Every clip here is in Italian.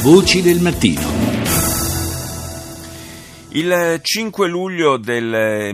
Voci del mattino. Il 5 luglio del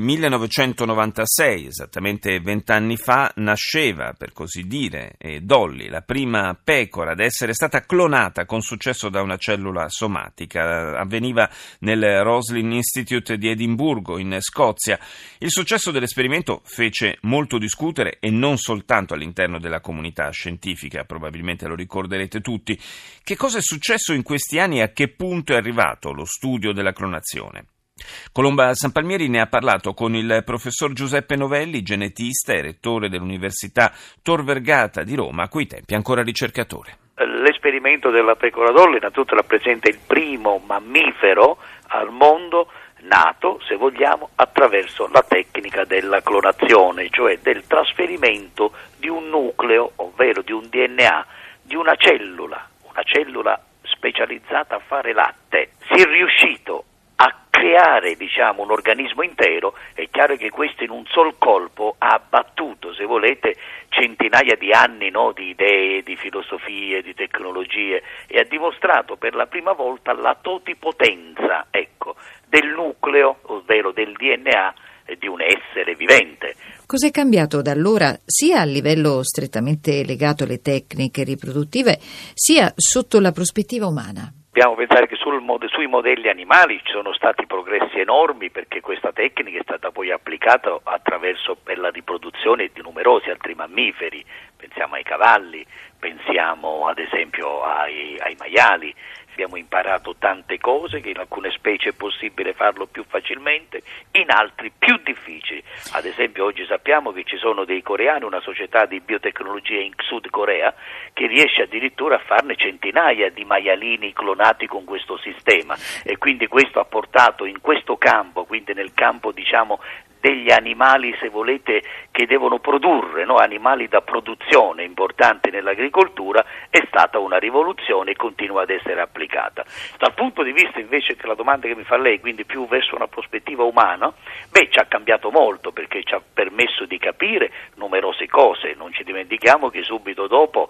1996, esattamente 20 anni fa, nasceva, per così dire, Dolly, la prima pecora ad essere stata clonata con successo da una cellula somatica. Avveniva nel Roslin Institute di Edimburgo, in Scozia. Il successo dell'esperimento fece molto discutere e non soltanto all'interno della comunità scientifica, probabilmente lo ricorderete tutti. Che cosa è successo in questi anni e a che punto è arrivato lo studio della clonazione? Colomba Sanpalmieri ne ha parlato con il professor Giuseppe Novelli, genetista e rettore dell'Università Tor Vergata di Roma, a quei tempi ancora ricercatore. L'esperimento della pecora Dolly innanzitutto rappresenta il primo mammifero al mondo nato, se vogliamo, attraverso la tecnica della clonazione, cioè del trasferimento di un nucleo, ovvero di un DNA, di una cellula specializzata a fare latte. Si è riuscito a creare, un organismo intero. È chiaro che questo in un sol colpo ha abbattuto, se volete, centinaia di anni di idee, di filosofie, di tecnologie, e ha dimostrato per la prima volta la totipotenza, del nucleo, ovvero del DNA di un essere vivente. Cos'è cambiato da allora, sia a livello strettamente legato alle tecniche riproduttive, sia sotto la prospettiva umana? Dobbiamo pensare che sui modelli animali ci sono stati progressi enormi, perché questa tecnica è stata poi applicata per la riproduzione di numerosi altri mammiferi. Pensiamo ai cavalli, pensiamo ad esempio ai maiali. Abbiamo imparato tante cose, che in alcune specie è possibile farlo più facilmente, in altri più difficili. Ad esempio oggi sappiamo che ci sono dei coreani, una società di biotecnologia in Sud Corea, che riesce addirittura a farne centinaia di maialini clonati con questo sistema, e quindi questo ha portato in questo campo, quindi nel campo degli animali, se volete, che devono produrre, animali da produzione importanti nell'agricoltura, è stata una rivoluzione e continua ad essere applicata. Dal punto di vista invece che la domanda che mi fa lei, quindi più verso una prospettiva umana, ci ha cambiato molto, perché ci ha permesso di capire numerose cose. Non ci dimentichiamo che subito dopo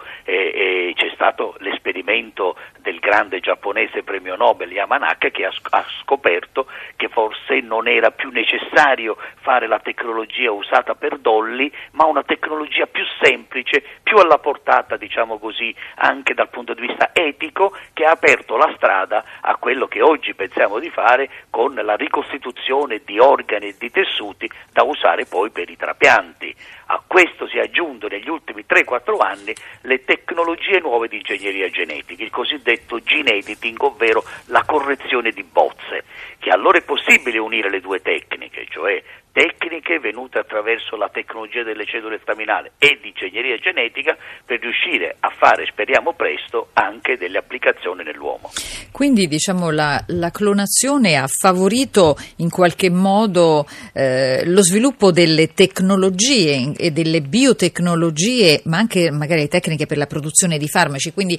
c'è stato l'esperimento del grande giapponese premio Nobel Yamanaka, che ha scoperto che forse non era più necessario fare la tecnologia usata per Dolly, ma una tecnologia più semplice, più alla portata, anche dal punto di vista etico, che ha aperto la strada a quello che oggi pensiamo di fare con la ricostituzione di organi e di tessuti da usare poi per i trapianti. A questo si è aggiunto negli ultimi 3-4 anni le tecnologie nuove di ingegneria genetica, il cosiddetto gene editing, ovvero la correzione di bozze, che allora è possibile unire le due tecniche, cioè tecniche venute attraverso la tecnologia delle cellule staminali e di ingegneria genetica, per riuscire a fare, speriamo presto, anche delle applicazioni nell'uomo. Quindi la clonazione ha favorito in qualche modo lo sviluppo delle tecnologie e delle biotecnologie, ma anche magari tecniche per la produzione di farmaci, quindi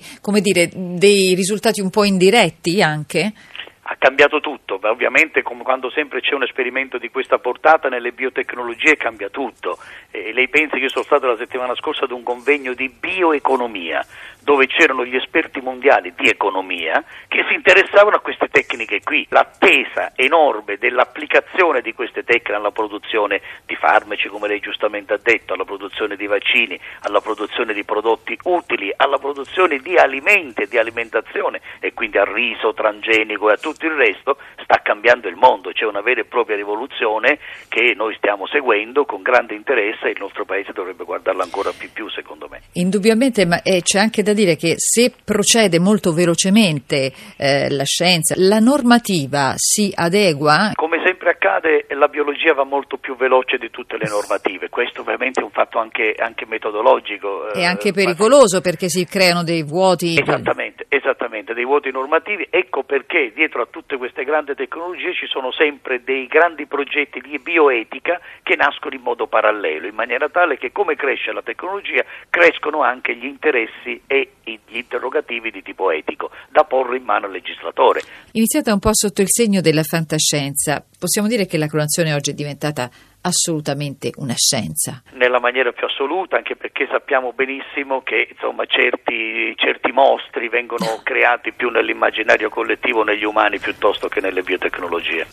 dei risultati un po' indiretti anche? Ha cambiato tutto, ma ovviamente, come quando sempre c'è un esperimento di questa portata nelle biotecnologie, cambia tutto. Lei pensi che io sono stato la settimana scorsa ad un convegno di bioeconomia, dove c'erano gli esperti mondiali di economia che si interessavano a queste tecniche qui. L'attesa enorme dell'applicazione di queste tecniche alla produzione di farmaci, come lei giustamente ha detto, alla produzione di vaccini, alla produzione di prodotti utili, alla produzione di alimenti e di alimentazione, e quindi al riso transgenico e a tutto il resto, sta cambiando il mondo. C'è una vera e propria rivoluzione che noi stiamo seguendo con grande interesse, e il nostro paese dovrebbe guardarla ancora più, secondo me. Indubbiamente, ma c'è anche da dire che se procede molto velocemente la scienza, la normativa si adegua. Come sempre accade, la biologia va molto più veloce di tutte le normative. Questo ovviamente è un fatto anche metodologico. È anche pericoloso, perché si creano dei vuoti. Esattamente, dei vuoti normativi. Ecco perché dietro a tutte queste grandi tecnologie ci sono sempre dei grandi progetti di bioetica che nascono in modo parallelo, in maniera tale che, come cresce la tecnologia, crescono anche gli interessi etici e gli interrogativi di tipo etico da porre in mano al legislatore. Iniziata un po' sotto il segno della fantascienza, possiamo dire che la clonazione oggi è diventata assolutamente una scienza. Nella maniera più assoluta, anche perché sappiamo benissimo che certi mostri vengono creati più nell'immaginario collettivo, negli umani, piuttosto che nelle biotecnologie.